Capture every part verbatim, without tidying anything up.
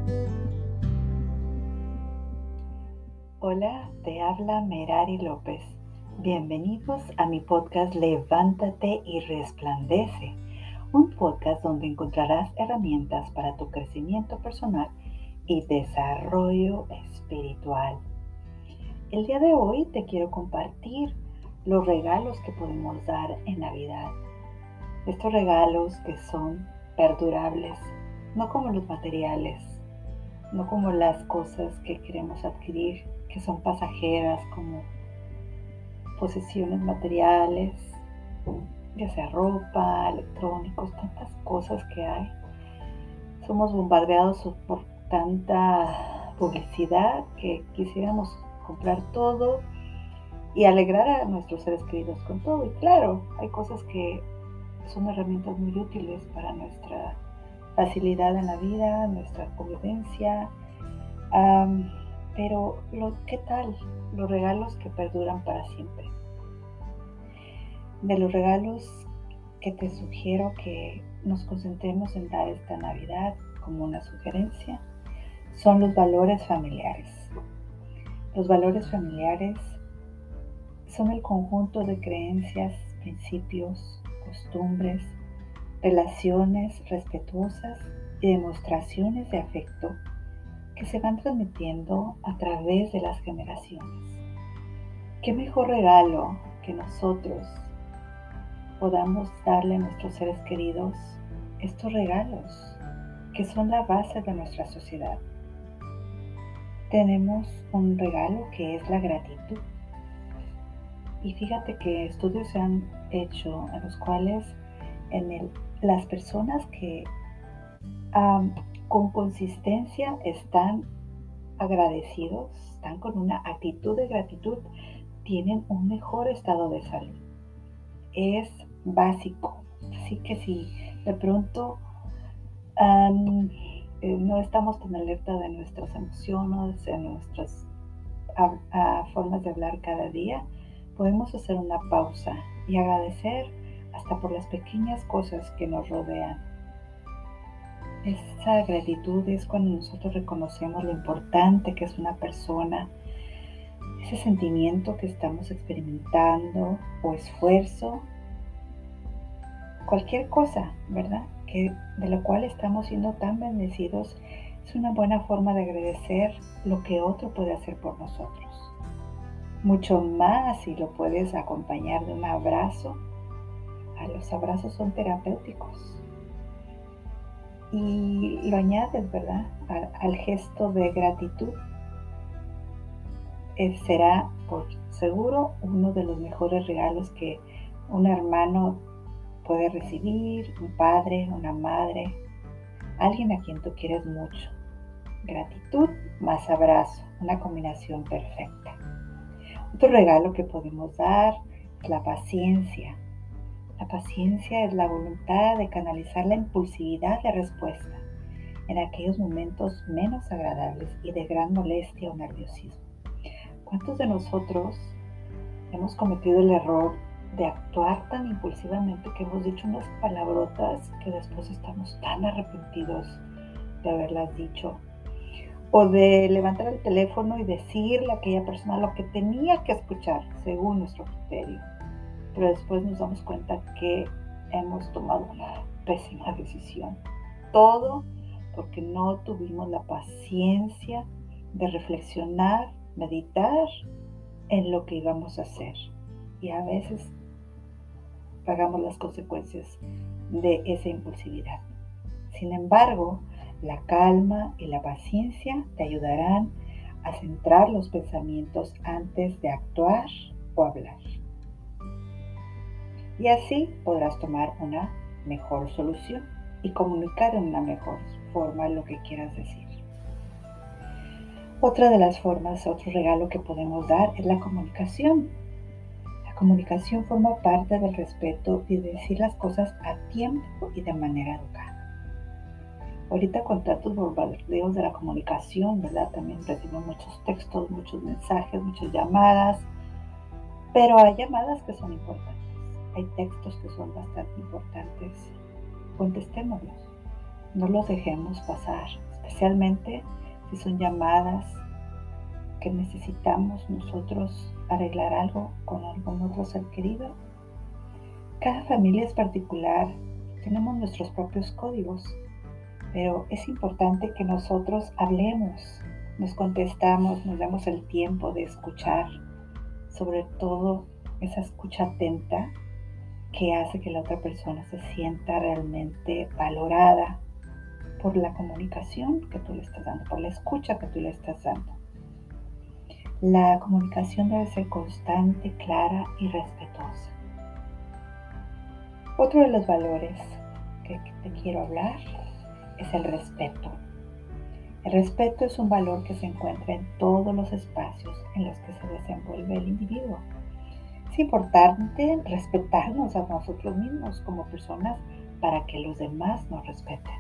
Hola, te habla Merari López. Bienvenidos a mi podcast Levántate y Resplandece, un podcast donde encontrarás herramientas para tu crecimiento personal y desarrollo espiritual. El día de hoy te quiero compartir los regalos que podemos dar en Navidad. Estos regalos que son perdurables, no como los materiales, no como las cosas que queremos adquirir, que son pasajeras, como posesiones materiales, ya sea ropa, electrónicos, tantas cosas que hay. Somos bombardeados por tanta publicidad que quisiéramos comprar todo y alegrar a nuestros seres queridos con todo. Y claro, hay cosas que son herramientas muy útiles para nuestra facilidad en la vida, nuestra convivencia. Um, pero, lo, ¿qué tal los regalos que perduran para siempre? De los regalos que te sugiero que nos concentremos en dar esta Navidad como una sugerencia son los valores familiares. Los valores familiares son el conjunto de creencias, principios, costumbres, relaciones respetuosas y demostraciones de afecto que se van transmitiendo a través de las generaciones. ¿Qué mejor regalo que nosotros podamos darle a nuestros seres queridos estos regalos que son la base de nuestra sociedad? Tenemos un regalo que es la gratitud. Y fíjate que estudios se han hecho en los cuales en el, las personas que um, con consistencia están agradecidos, están con una actitud de gratitud, tienen un mejor estado de salud. Es básico. Así que si de pronto um, eh, no estamos tan alerta de nuestras emociones, de nuestras a, a formas de hablar cada día, podemos hacer una pausa y agradecer hasta por las pequeñas cosas que nos rodean. Esa gratitud es cuando nosotros reconocemos lo importante que es una persona, ese sentimiento que estamos experimentando o esfuerzo, cualquier cosa, ¿verdad? Que de lo cual estamos siendo tan bendecidos, es una buena forma de agradecer lo que otro puede hacer por nosotros. Mucho más si lo puedes acompañar de un abrazo. Los abrazos son terapéuticos. Y lo añades, ¿verdad? Al, al gesto de gratitud. Eh, será por seguro uno de los mejores regalos que un hermano puede recibir, un padre, una madre, alguien a quien tú quieres mucho. Gratitud más abrazo, una combinación perfecta. Otro regalo que podemos dar es la paciencia. La paciencia es la voluntad de canalizar la impulsividad de respuesta en aquellos momentos menos agradables y de gran molestia o nerviosismo. ¿Cuántos de nosotros hemos cometido el error de actuar tan impulsivamente que hemos dicho unas palabrotas que después estamos tan arrepentidos de haberlas dicho? O de levantar el teléfono y decirle a aquella persona lo que tenía que escuchar según nuestro criterio. Pero después nos damos cuenta que hemos tomado una pésima decisión. Todo porque no tuvimos la paciencia de reflexionar, meditar en lo que íbamos a hacer. Y a veces pagamos las consecuencias de esa impulsividad. Sin embargo, la calma y la paciencia te ayudarán a centrar los pensamientos antes de actuar o hablar. Y así podrás tomar una mejor solución y comunicar en una mejor forma lo que quieras decir. Otra de las formas, otro regalo que podemos dar es la comunicación. La comunicación forma parte del respeto y de decir las cosas a tiempo y de manera educada. Ahorita con tantos bombardeos de la comunicación, ¿verdad? También recibimos muchos textos, muchos mensajes, muchas llamadas, pero hay llamadas que son importantes. Hay textos que son bastante importantes. Contestémoslos. No los dejemos pasar, especialmente si son llamadas que necesitamos nosotros arreglar algo con algún otro ser querido. Cada familia es particular, tenemos nuestros propios códigos, pero es importante que nosotros hablemos, nos contestamos, nos demos el tiempo de escuchar, sobre todo esa escucha atenta que hace que la otra persona se sienta realmente valorada por la comunicación que tú le estás dando, por la escucha que tú le estás dando. La comunicación debe ser constante, clara y respetuosa. Otro de los valores que te quiero hablar es el respeto. El respeto es un valor que se encuentra en todos los espacios en los que se desenvuelve el individuo. Es importante respetarnos a nosotros mismos como personas para que los demás nos respeten.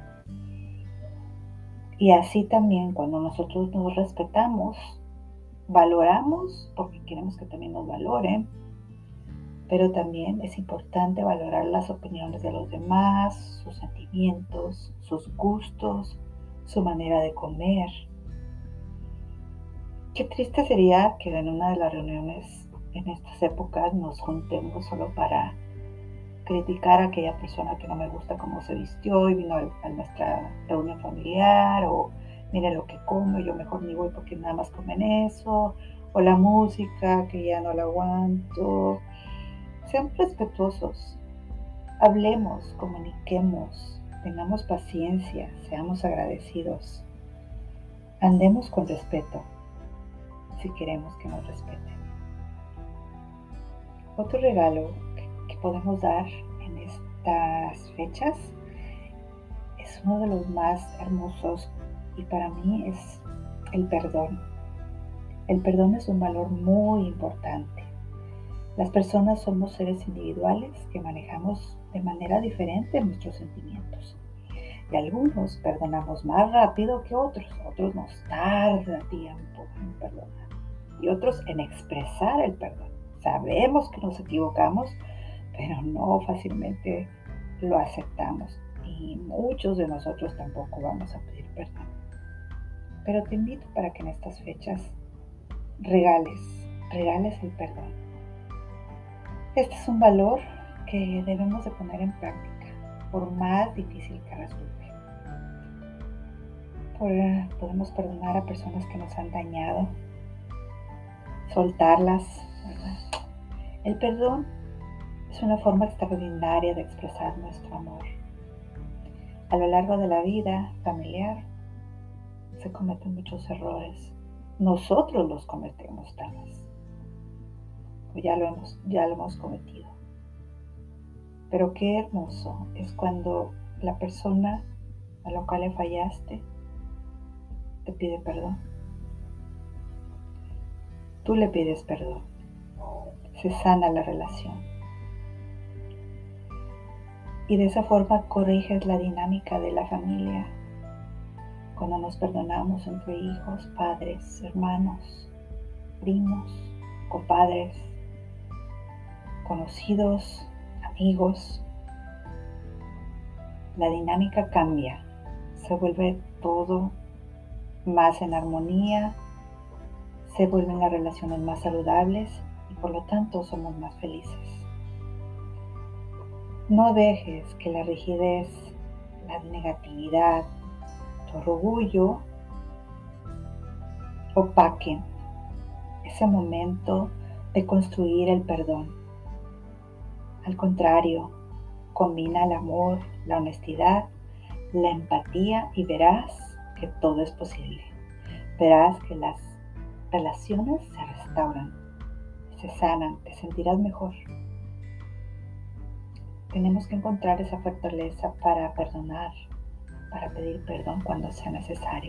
Y así también cuando nosotros nos respetamos, valoramos porque queremos que también nos valoren, pero también es importante valorar las opiniones de los demás, sus sentimientos, sus gustos, su manera de comer. Qué triste sería que en una de las reuniones en estas épocas nos juntemos solo para criticar a aquella persona que no me gusta cómo se vistió y vino a nuestra reunión familiar, o mire lo que come, yo mejor ni voy porque nada más comen eso, o la música que ya no la aguanto. Sean respetuosos, hablemos, comuniquemos, tengamos paciencia, seamos agradecidos, andemos con respeto si queremos que nos respeten. Otro regalo que podemos dar en estas fechas es uno de los más hermosos y para mí es el perdón. El perdón es un valor muy importante. Las personas somos seres individuales que manejamos de manera diferente nuestros sentimientos. Y algunos perdonamos más rápido que otros, otros nos tarda tiempo en perdonar y otros en expresar el perdón. Sabemos que nos equivocamos, pero no fácilmente lo aceptamos y muchos de nosotros tampoco vamos a pedir perdón. Pero te invito para que en estas fechas regales, regales el perdón. Este es un valor que debemos de poner en práctica, por más difícil que resulte. Por, podemos perdonar a personas que nos han dañado, soltarlas, ¿verdad? El perdón es una forma extraordinaria de expresar nuestro amor. A lo largo de la vida familiar se cometen muchos errores. Nosotros los cometemos tal vez. O ya lo hemos, ya lo hemos cometido. Pero qué hermoso es cuando la persona a la cual le fallaste te pide perdón. Tú le pides perdón. Se sana la relación. Y de esa forma corriges la dinámica de la familia. Cuando nos perdonamos entre hijos, padres, hermanos, primos, compadres, conocidos, amigos, la dinámica cambia. Se vuelve todo más en armonía, se vuelven las relaciones más saludables y por lo tanto somos más felices. No dejes que la rigidez, la negatividad, tu orgullo opaquen ese momento de construir el perdón. Al contrario, combina el amor, la honestidad, la empatía y verás que todo es posible. Verás que las relaciones se restauran, se sanan, te sentirás mejor. Tenemos que encontrar esa fortaleza para perdonar, para pedir perdón cuando sea necesario.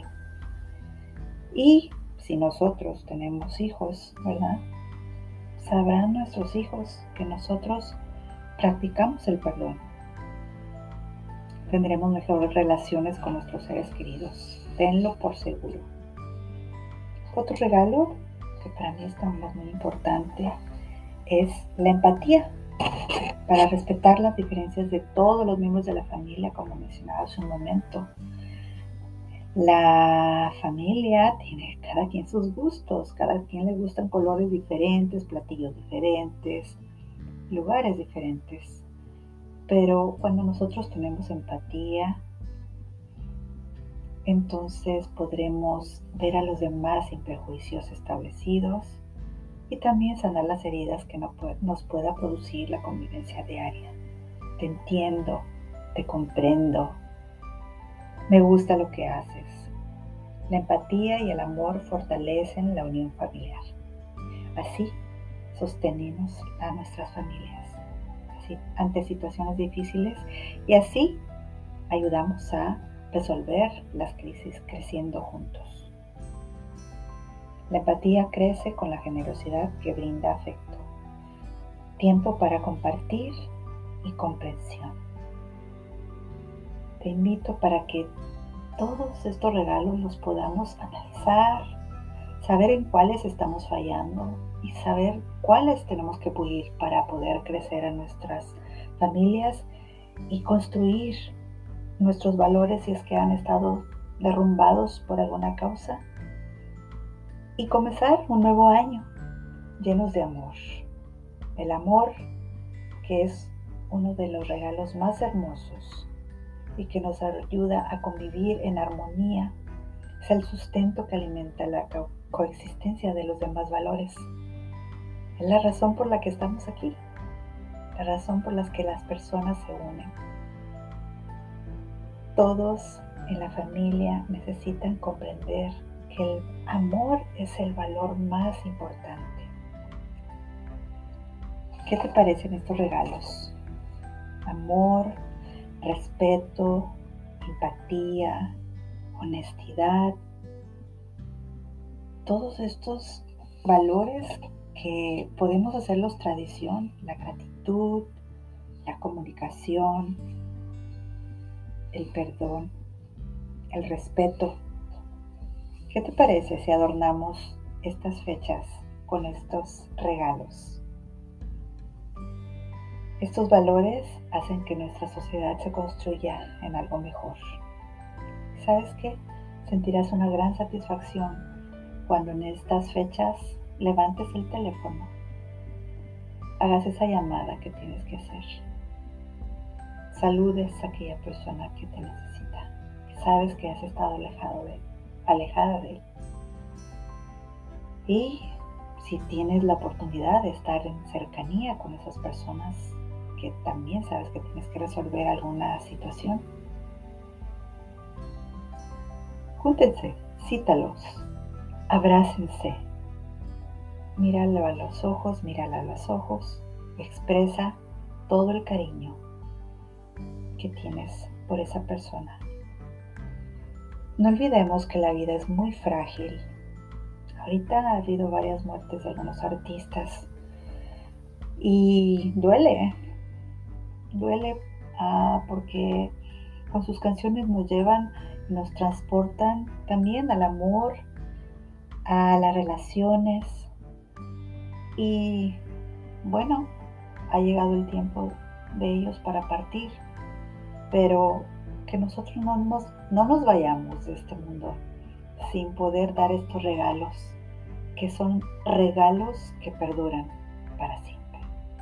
Y si nosotros tenemos hijos, ¿verdad? Sabrán nuestros hijos que nosotros practicamos el perdón. Tendremos mejores relaciones con nuestros seres queridos. Tenlo por seguro. Otro regalo que para mí es también muy importante es la empatía. Para respetar las diferencias de todos los miembros de la familia, como mencionaba hace un momento. La familia tiene cada quien sus gustos, cada quien le gustan colores diferentes, platillos diferentes, lugares diferentes. Pero cuando nosotros tenemos empatía, entonces podremos ver a los demás sin prejuicios establecidos y también sanar las heridas que nos pueda producir la convivencia diaria. Te entiendo, te comprendo, me gusta lo que haces. La empatía y el amor fortalecen la unión familiar. Así sostenemos a nuestras familias así, ante situaciones difíciles y así ayudamos a resolver las crisis creciendo juntos. La empatía crece con la generosidad que brinda afecto, tiempo para compartir y comprensión. Te invito para que todos estos regalos los podamos analizar, saber en cuáles estamos fallando y saber cuáles tenemos que pulir para poder crecer en nuestras familias y construir nuestros valores si es que han estado derrumbados por alguna causa y comenzar un nuevo año llenos de amor. El amor que es uno de los regalos más hermosos y que nos ayuda a convivir en armonía, es el sustento que alimenta la co- coexistencia de los demás valores. Es la razón por la que estamos aquí, la razón por la que las personas se unen. Todos en la familia necesitan comprender que el amor es el valor más importante. ¿Qué te parecen estos regalos? Amor, respeto, empatía, honestidad, todos estos valores que podemos hacerlos tradición, la gratitud, la comunicación, el perdón, el respeto. ¿Qué te parece si adornamos estas fechas con estos regalos? Estos valores hacen que nuestra sociedad se construya en algo mejor. ¿Sabes qué? Sentirás una gran satisfacción cuando en estas fechas levantes el teléfono, hagas esa llamada que tienes que hacer, saludes a aquella persona que te necesita, que sabes que has estado alejado de, alejada de él. Y si tienes la oportunidad de estar en cercanía con esas personas que también sabes que tienes que resolver alguna situación, júntense, cítalos, abrácense, míralo a los ojos, mírala a los ojos, expresa todo el cariño que tienes por esa persona. No olvidemos que la vida es muy frágil. Ahorita ha habido varias muertes de algunos artistas y duele, duele ah, porque con sus canciones nos llevan, nos transportan también al amor, a las relaciones y bueno, ha llegado el tiempo de ellos para partir, pero que nosotros no nos, no nos vayamos de este mundo sin poder dar estos regalos, que son regalos que perduran para siempre.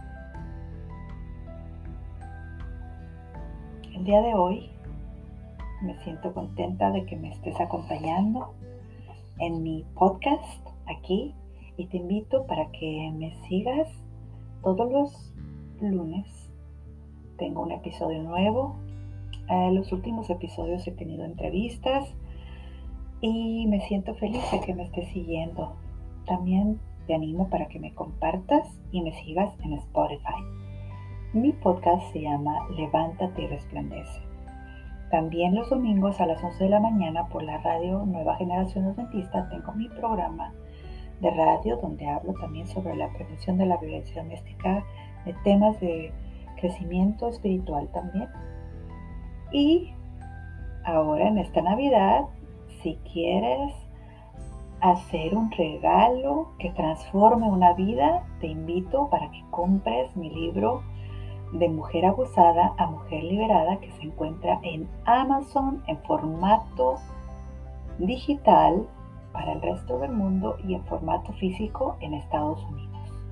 El día de hoy me siento contenta de que me estés acompañando en mi podcast aquí y te invito para que me sigas todos los lunes. Tengo un episodio nuevo. En los últimos episodios he tenido entrevistas y me siento feliz de que me estés siguiendo. También te animo para que me compartas y me sigas en Spotify. Mi podcast se llama Levántate y Resplandece. También los domingos a las once de la mañana por la radio Nueva Generación Adventista tengo mi programa de radio donde hablo también sobre la prevención de la violencia doméstica, de temas de crecimiento espiritual también. Y ahora en esta Navidad, si quieres hacer un regalo que transforme una vida, te invito para que compres mi libro de Mujer Abusada a Mujer Liberada, que se encuentra en Amazon en formato digital para el resto del mundo y en formato físico en Estados Unidos.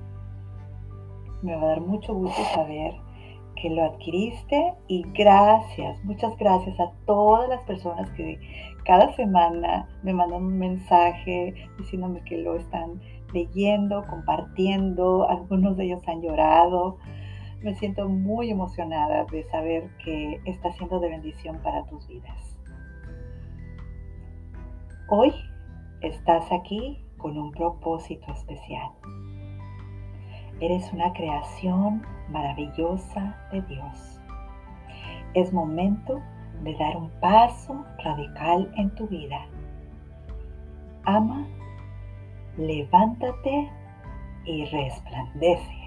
Me va a dar mucho gusto saber que lo adquiriste y gracias, muchas gracias a todas las personas que cada semana me mandan un mensaje diciéndome que lo están leyendo, compartiendo, algunos de ellos han llorado. Me siento muy emocionada de saber que está siendo de bendición para tus vidas. Hoy estás aquí con un propósito especial. Eres una creación maravillosa de Dios. Es momento de dar un paso radical en tu vida. Ama, levántate y resplandece.